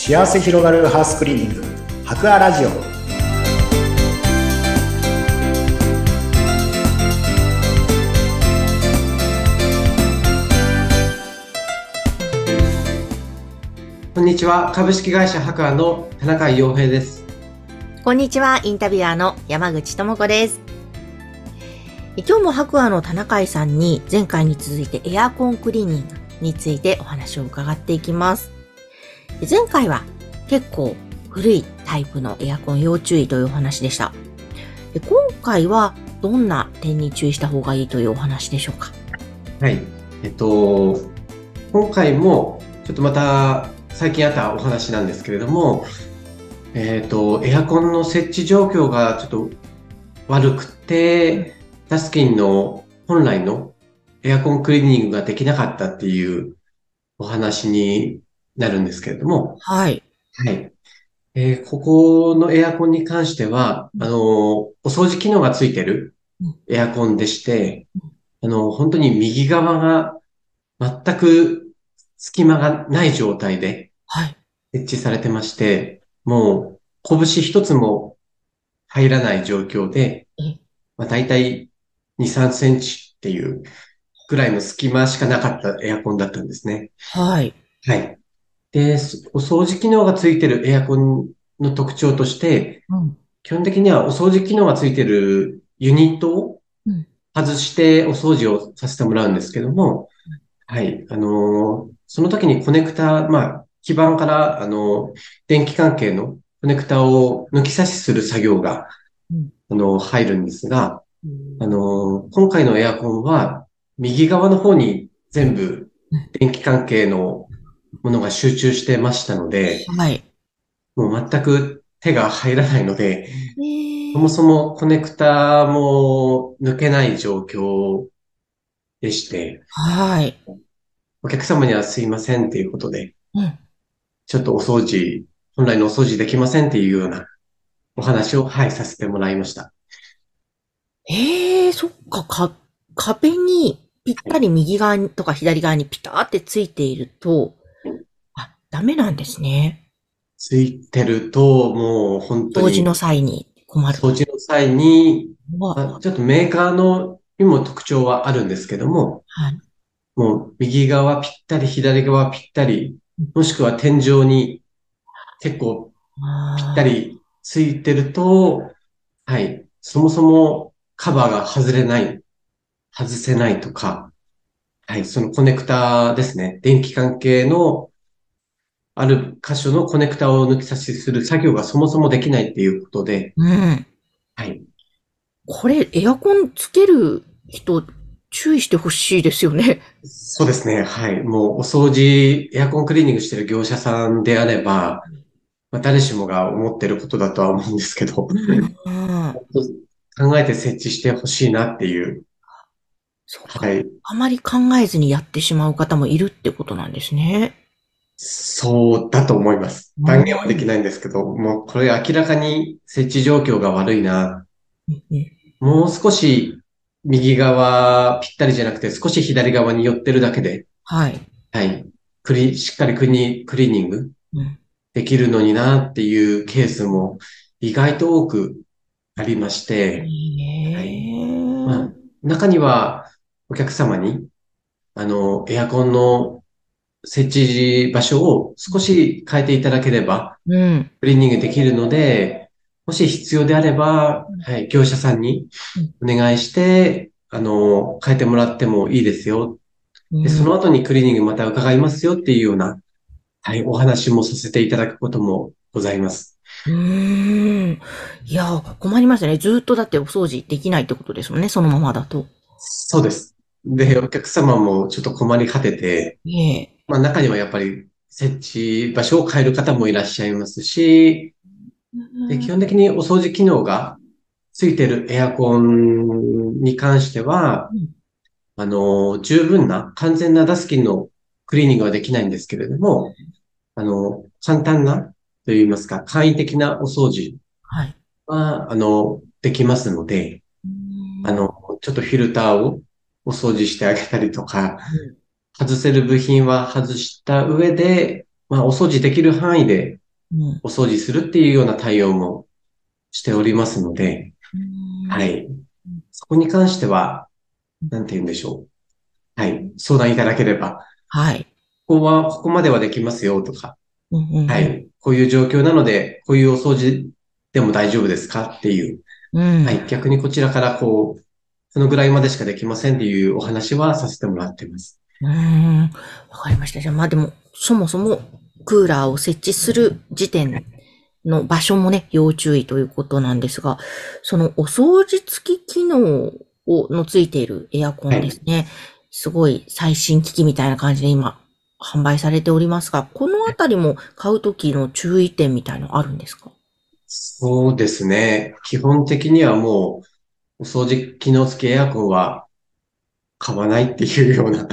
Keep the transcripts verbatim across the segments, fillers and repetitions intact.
幸せ広がるハウスクリーニング博アラジオ。 こんにちは。株式会社博アの田中洋平です。 こんにちは。インタビュアーの山口智子です。今日も博アの田中さんに前回に続いてエアコンクリーニングについてお話を伺っていきます。前回は結構古いタイプのエアコン要注意というお話でした。今回はどんな点に注意した方がいいというお話でしょうか？ はい。えっと、今回もちょっとまた最近あったお話なんですけれども、えっと、エアコンの設置状況がちょっと悪くて、ダスキンの本来のエアコンクリーニングができなかったっていうお話になるんですけれども、 はい。 はい。えーここのエアコンに関しては、あの、お掃除機能がついてるエアコンでして、あの、本当に右側が全く隙間がない状態ではい。 設置されてまして、もう拳一つも入らない状況で、 えまあ、大体に、さんセンチっていうぐらいの隙間しかなかったエアコンだったんですね。 はい。 はい。で、お掃除機能がついてるエアコンの特徴として、 うん。 基本的にはお掃除機能がついてるユニットをうん。 外してお掃除をさせてもらうんですけども、はい。あのーその時にコネクタ、まあ、基板から、あのー電気関係のコネクタを抜き差しする作業が、 うん。 あのー入るんですが、 うあん。 のー今回のエアコンは、右側の方に全部電気関係のものが集中してましたので、 はい。 もう全く手が入らないので、 えー、 そもそもコネクタも抜けない状況でして、 はい。 お客様にはすいませんっていうことで、 うん。 ちょっとお掃除、本来のお掃除できませんっていうようなお話を、はい、させてもらいました。 ええー、そっか、か、壁にぴったり右側にとか左側にピターってついていると、あ、ダメなんですね。 ついてると、もう本当掃除のに際に困る。 掃除の際に、まあ、 は、 ちょっとメーカーのにも特徴はあるんですけども、 はい。 もう右側ぴったり、左側ぴったり、もしくは天井に結構ぴったありついてると、はい、そもそもカバーが外れない、外せないとか、はい、そのコネクタですね。電気関係のある箇所のコネクタを抜き差しする作業がそもそもできないっていうことで、 うん。 はい。 これ、エアコンつける人、注意してほしいですよね。 そうですね。はい。もうお掃除、エアコンクリーニングしてる業者さんであれば、まあ、誰しもが思ってることだとは思うんですけど、 うん。 考えて設置してほしいなっていう。 そうか。 はい。 あまり考えずにやってしまう方もいるってことなんですね。 そうだと思います。 う断言はできん。 ないんですけど、もうこれ明らかに設置状況が悪いな。 うんうん。 もう少し右側ぴったりじゃなくて少し左側に寄ってるだけで、 はい。 はい。クリ、しっかりクリ、クリーニングうん。 できるのになっていうケースも意外と多くありまして、 いいはい。まね。 あ、中にはお客様に、あの、エアコンの設置場所を少し変えていただければ、 うん。 クリーニングできるので、もし必要であれば、はい、業者さんにお願いして、あの、変えてもらってもいいですよ。で、そうん。 の後にクリーニングまた伺いますよっていうような、はい、お話もさせていただくこともございます。 うーん。いや、困りますね。ずーっとだってお掃除できないってことですもんね、そのままだと。 そうです。で、お客様もちょっと困り果てて、 ええ。 まあ中にはやっぱり設置場所を変える方もいらっしゃいますし、 うで、基ん。 本的にお掃除機能がついてるエアコンに関しては、あの、十分な完全なダスキンのクリーニングはできないんですけれども、あの、簡単なといいますか、簡易的なお掃除はい。 は、あの、できますので、 うあの、 ん。 ちょっとフィルターをお掃除してあげたりとか、 うん。 外せる部品は外した上で、 まあ、お掃除できる範囲でうん。 お掃除するっていうような対応もしておりますので、はうんい。そこに関しては、なんて言うんでしょう。はい。相談いただければ、 はい。 ここは、ここまではできますよとか、 うんうんはい。こういう状況なので、こういうお掃除でも大丈夫ですかっていう、 うん。うん。 はい。逆にこちらからこう、そのぐらいまでしかできませんっていうお話はさせてもらってます。 うーん。わかりました。じゃあ、まあでも、そもそもクーラーを設置する時点の場所もね、要注意ということなんですが、そのお掃除付き機能をのついているエアコンではい。 すね。すごい最新機器みたいな感じで今、販売されておりますが、このあたりも買うときの注意点みたいのあるんですか？ そうですね。基本的にはもう、お掃除機能付きエアコンは買わないっていうような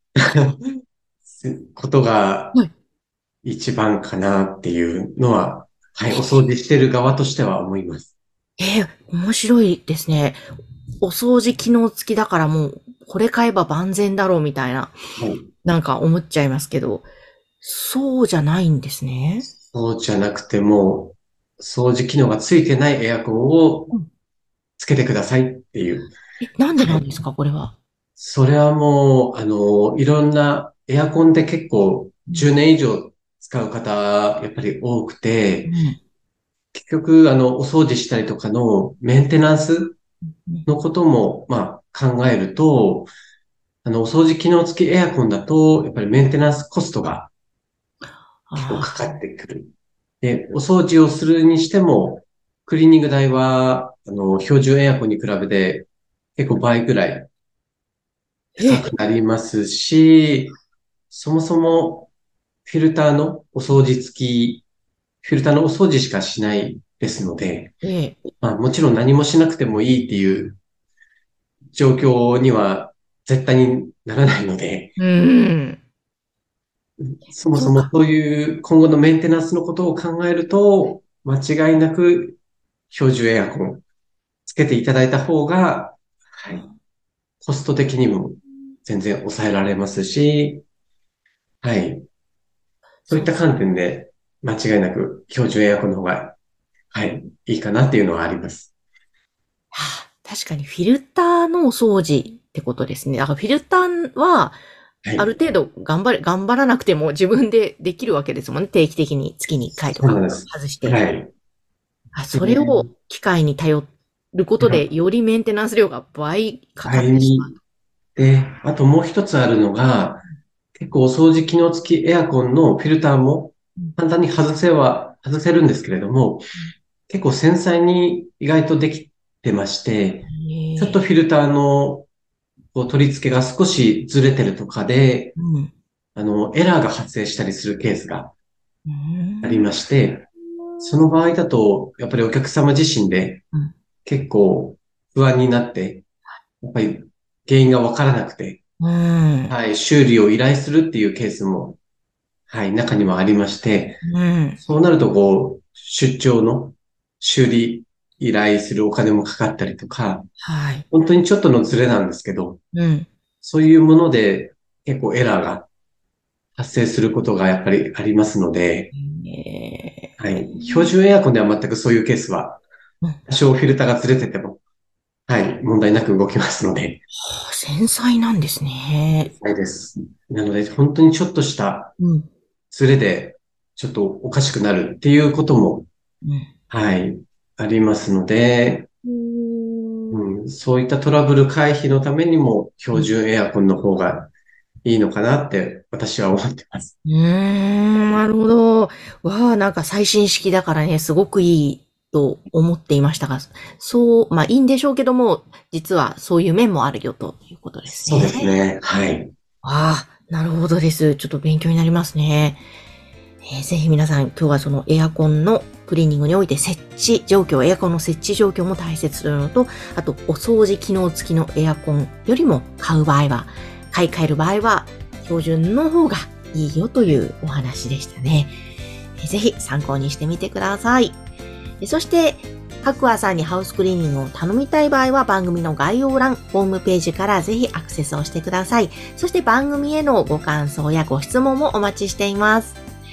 ことがはい。 一番かなっていうのは、はい、お掃除してる側としては思います。 えー、面白いですね。お掃除機能付きだからもう、これ買えば万全だろうみたいな、 はい。 なんか思っちゃいますけど、そうじゃないんですね。 そうじゃなくても、掃除機能がついてないエアコンをうん。 つけてくださいっていう。 え、なんではい。 なんですか、これは。 それはもう、あの、いろんなエアコンって結構うん。 じゅうねん以上使う方、やっぱり多くて、 うん。 結局、あの、お掃除したりとかのメンテナンスうん。 のことも、まあ、考えると、あの、お掃除機能付きエアコンだと、やっぱりメンテナンスコストが結構ああ、 かかってくる。で、お掃除をするにしても、クリーニング代は、あの、標準エアコンに比べて結構倍ぐらい高え、 くなりますし、そもそもフィルターのお掃除付き、フィルターのお掃除しかしないですので、 え、 まあもちろん何もしなくてもいいっていう状況には絶対にならないので、 うーん。 そもそうか。 そもそういう今後のメンテナンスのことを考えると、間違いなく標準エアコンつけていただいた方が、はい、コスト的にも全然抑えられますし、はい、そういそう。 った観点で間違いなく標準エアコンの方が、はい、いいかなっていうのはあります。 はあ、確かにフィルターのお掃除ってことですね。だからフィルターは、 はい、 ある程度頑張れ、頑張らなくても自分でできるわけですもんね。定期的に月にいっかいとかそうなんです。 外して。 はい。 あ、それで、 を機械に頼ることで、よりメンテナンス料が倍かかってしまう。 倍で、あともう一つあるのが、結構お掃除機能付きエアコンのフィルターもうん。 簡単に外せは、外せるんですけれども、 うん。 結構繊細に意外とできてまして、ちょっとフィええ。 ルターのこう取り付けが少しずれてるとかで、 うん。 あの、エラーが発生したりするケースがうーん。 ありまして、その場合だと、やっぱりお客様自身でうん。 結構不安になって、やっぱり原因がわからなくて、 うーん。 はい、修理を依頼するっていうケースも、はい、中にはありまして、 うん。 そうなるとこう、出張の修理依頼するお金もかかったりとか、 はい。 本当にちょっとのズレなんですけど、 うん。 そういうもので結構エラーが発生することがやっぱりありますので、 えはい。標え。 準エアコンでは全くそういうケースは、 うん。は多少フィルターがずれてても、はい、問題なく動きますので、 あ、繊細なんですね。 はいです。なので、本当にちょっとしたうん。 ズレで、ちょっとおかしくなるっていうことも、 うん。 はい、ありますので、 うーん。 うん、そういったトラブル回避のためにも、標準エアコンの方がいいのかなって私は思ってます。 うーん、なるほど。わあ、なんか最新式だからね、すごくいいと思っていましたが、そう、まあいいんでしょうけども、実はそういう面もあるよということですそうでね。 すね。はい。 ああ、なるほどです。ちょっと勉強になりますね。えーぜひ皆さん、今日はそのエアコンのクリーニングにおいて設置状況、エアコンの設置状況も大切というのと、あと、お掃除機能付きのエアコンよりも買う場合は、買い替える場合は、標準の方がいいよというお話でしたね。えーぜひ参考にしてみてください。えそして、白亜さんにハウスクリーニングを頼みたい場合は番組の概要欄、ホームページからぜひアクセスをしてください。そして番組へのご感想やご質問もお待ちしています。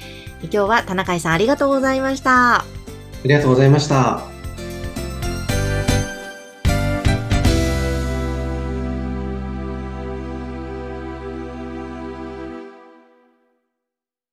今日は田中井さんありがとうございました。 ありがとうございました。